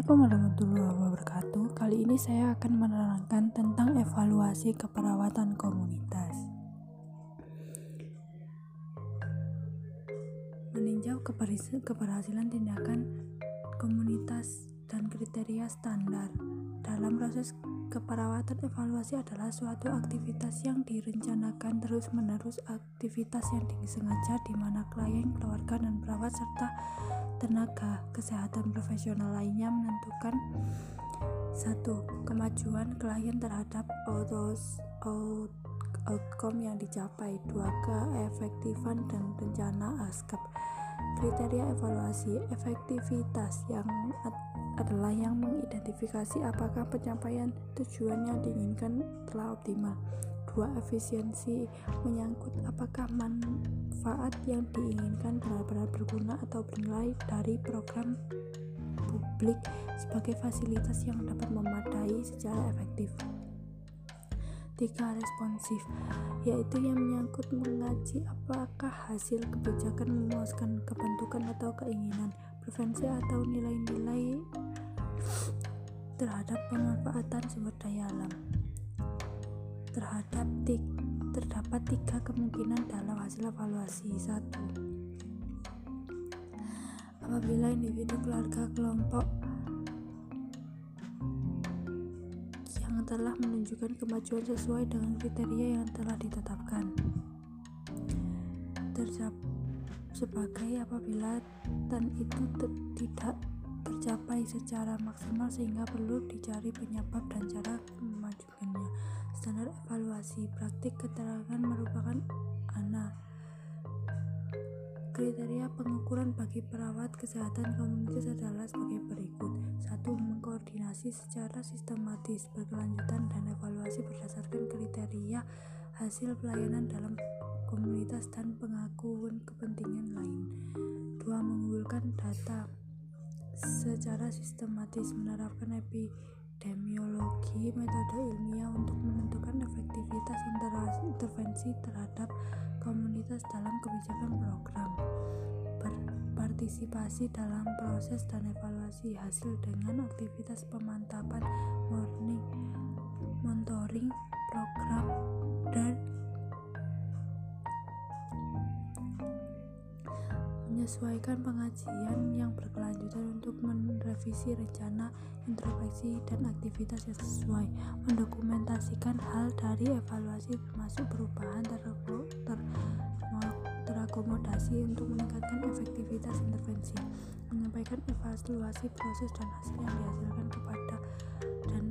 Assalamualaikum warahmatullahi wabarakatuh. Kali ini saya akan menerangkan tentang evaluasi keperawatan komunitas. Meninjau keberhasilan tindakan komunitas dan kriteria standar. Dalam proses keperawatan, evaluasi adalah suatu aktivitas yang direncanakan terus-menerus, aktivitas yang disengaja di mana klien, keluarga, dan perawat serta tenaga kesehatan profesional lainnya menentukan: 1. Kemajuan klien terhadap outcome yang dicapai. 2. Keefektifan dan rencana ASCAP. Kriteria evaluasi: efektivitas yang adalah yang mengidentifikasi apakah pencapaian tujuan yang diinginkan telah optimal. 2. Efisiensi menyangkut apakah manfaat yang diinginkan benar-benar berguna atau bernilai dari program publik sebagai fasilitas yang dapat memadai secara efektif. 3. Responsif, yaitu yang menyangkut mengaji apakah hasil kebijakan memuaskan kebentukan atau keinginan, preferensi atau nilai-nilai terhadap pemanfaatan sumber daya alam. Terdapat 3 kemungkinan dalam hasil evaluasi. 1. Apabila individu, keluarga, kelompok yang telah menunjukkan kemajuan sesuai dengan kriteria yang telah ditetapkan. Sebagai apabila dan itu tidak tercapai secara maksimal sehingga perlu dicari penyebab dan cara memajukannya. Standar evaluasi praktik keterangan merupakan kriteria pengukuran bagi perawat kesehatan komunitas adalah sebagai berikut. 1. Mengkoordinasi secara sistematis, berkelanjutan, dan evaluasi berdasarkan kriteria hasil pelayanan dalam komunitas dan pengakuan kepentingan lain. 2. Mengumpulkan data secara sistematis, menerapkan epidemiologi, metode ilmiah untuk menentukan efektivitas intervensi terhadap komunitas dalam kebijakan program. Berpartisipasi dalam proses dan evaluasi hasil dengan aktivitas pemantapan, monitoring program, dan menyesuaikan pengajian yang berkelanjutan untuk merevisi rencana, introspeksi, dan aktivitas yang sesuai. Mendokumentasikan hal dari evaluasi termasuk perubahan terakomodasi untuk meningkatkan efektivitas intervensi. Menyampaikan evaluasi proses dan hasil yang dihasilkan kepada dan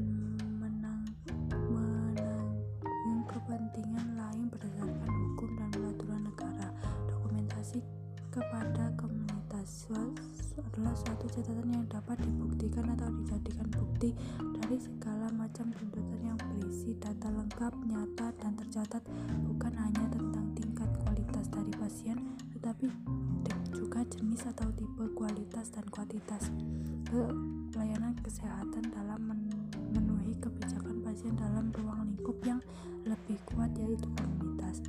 menanggung kepentingan lain berdasarkan hukum dan peraturan negara. Dokumentasi kepada komunitas adalah suatu catatan yang dapat dibuktikan atau dijadikan bukti dari segala macam tuntutan yang berisi data lengkap, nyata, dan tercatat, bukan hanya tentang tingkat kualitas dari pasien, tetapi juga jenis atau tipe, kualitas, dan kuantitas pelayanan kesehatan dalam memenuhi kebijakan pasien dalam ruang lingkup yang lebih kuat, yaitu komunitas.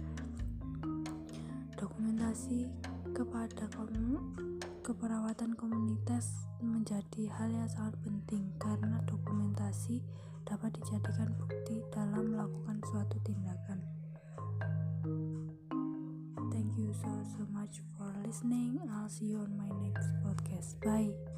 Dokumentasi kepada keperawatan komunitas menjadi hal yang sangat penting karena dokumentasi dapat dijadikan bukti dalam melakukan suatu tindakan. Thank you so much for listening. I'll see you on my next podcast. Bye.